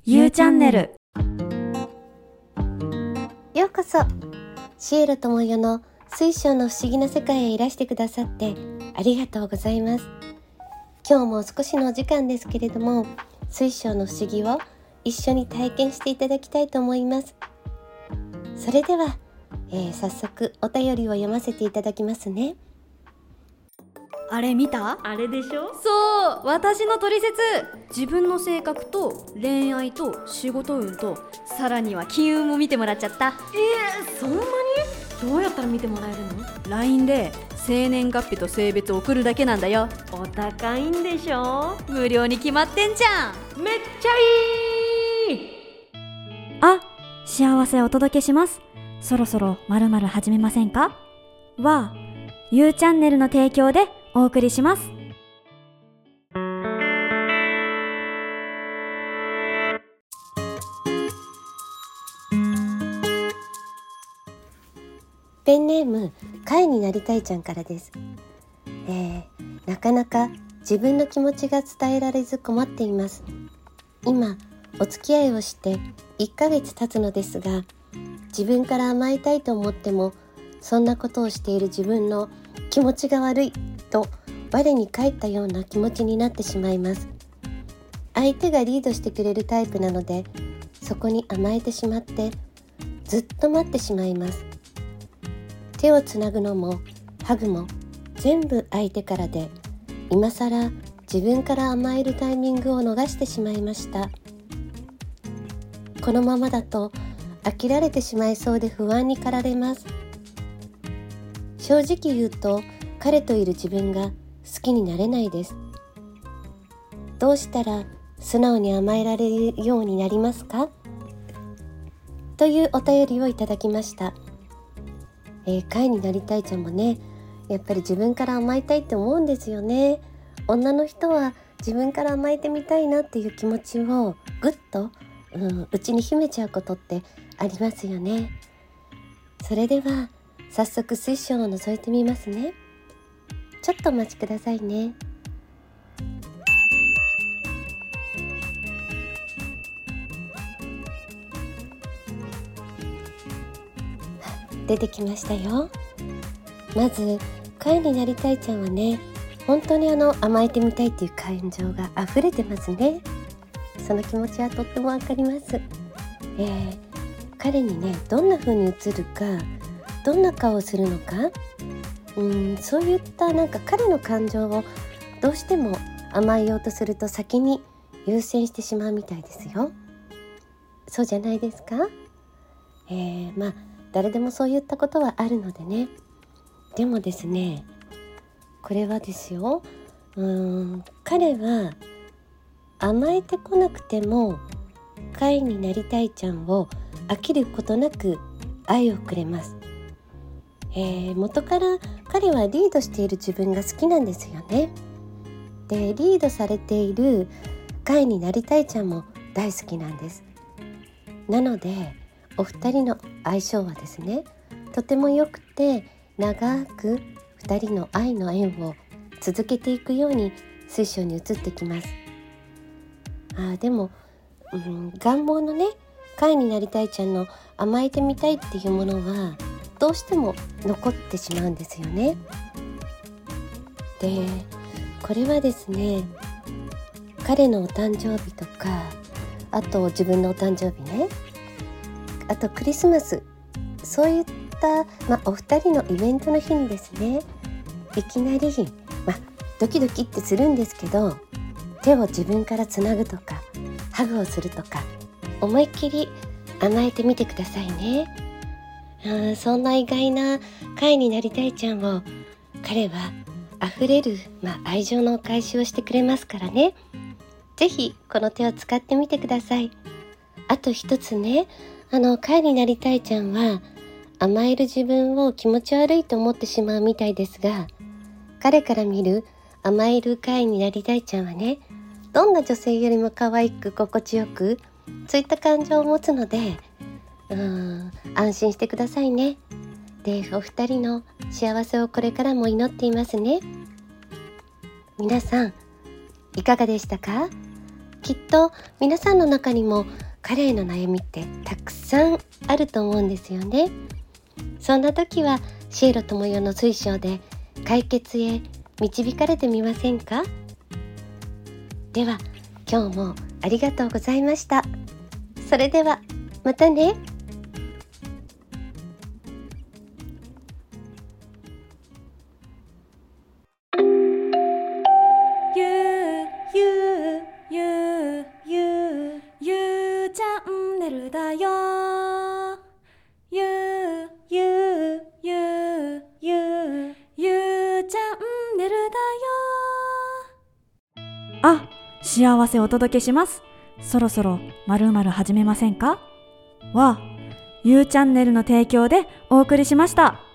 ゆうチャンネル。 ようこそシエロともよの水晶の不思議な世界へいらしてくださってありがとうございます。今日も少しのお時間ですけれども、水晶の不思議を一緒に体験していただきたいと思います。それでは、早速お便りを読ませていただきますね。 あれ見た？ あれでしょ？ そう、私のトリセツ。自分の性格と恋愛と仕事運とさらには金運も見てもらっちゃった。 そんなに？どうやったら見てもらえるの？ LINE で生年月日と性別を送るだけなんだよ。 お高いんでしょ？ 無料に決まってんじゃん。 めっちゃいい。 あ、幸せお届けします。そろそろ〇〇始めませんかは、ゆうチャンネルの提供でお送りします。 ペンネームカイになりたいちゃんからです。なかなか自分の気持ちが伝えられず困っています。今お付き合いをして1ヶ月経つのですが、自分から甘えたいと思ってもそんなことをしている自分の気持ちが悪いと我に返ったような気持ちになってしまいます。相手がリードしてくれるタイプなので、そこに甘えてしまってずっと待ってしまいます。手をつなぐのもハグも全部相手からで、今さら自分から甘えるタイミングを逃してしまいました。このままだと飽きられてしまいそうで不安に駆られます。正直言うと彼といる自分が好きになれないです。どうしたら素直に甘えられるようになりますか？というお便りをいただきました。会になりたいちゃんもね、やっぱり自分から甘えたいって思うんですよね。女の人は自分から甘えてみたいなっていう気持ちをぐっと、内に秘めちゃうことってありますよね。それでは早速水晶を覗いてみますね。ちょっとお待ちくださいね。出てきましたよ。まず会になりたいちゃんはね、本当に甘えてみたいっていう感情が溢れてますね。その気持ちはとってもわかります。彼にね、どんな風に映るか、どんな顔をするのか、そういった彼の感情をどうしても甘えようとすると先に優先してしまうみたいですよ。そうじゃないですか？誰でもそういったことはあるのでね。でもですね、これはですよ、彼は甘えてこなくても会になりたいちゃんを飽きることなく愛をくれます。元から彼はリードしている自分が好きなんですよね。で、リードされている会になりたいちゃんも大好きなんです。なのでお二人の相性はですね、とても良くて長く二人の愛の縁を続けていくように水晶に移ってきます。でも、願望のね、会になりたいちゃんの甘えてみたいっていうものはどうしても残ってしまうんですよね。で、これはですね、彼のお誕生日とか、あと自分のお誕生日ね、あとクリスマス、そういった、お二人のイベントの日にですね、いきなり、ドキドキってするんですけど、手を自分からつなぐとかハグをするとか、思いっきり甘えてみてくださいね。そんな意外な会になりたいちゃんを彼は溢れる、愛情のお返しをしてくれますからね。ぜひこの手を使ってみてください。あと一つね、会になりたいちゃんは甘える自分を気持ち悪いと思ってしまうみたいですが、彼から見る甘える会になりたいちゃんはね、どんな女性よりも可愛く心地よく、そういった感情を持つので、安心してくださいね。で、お二人の幸せをこれからも祈っていますね。皆さんいかがでしたか？ きっと皆さんの中にも彼への悩みってたくさんあると思うんですよね。そんな時はシエロ智代の水晶で解決へ導かれてみませんか？では今日もありがとうございました。それではまたね。 ゆうチャンネルだよ。ゆうチャンネルだよ。あ、幸せお届けします。そろそろ〇〇始めませんかは、ゆうチャンネルの提供でお送りしました。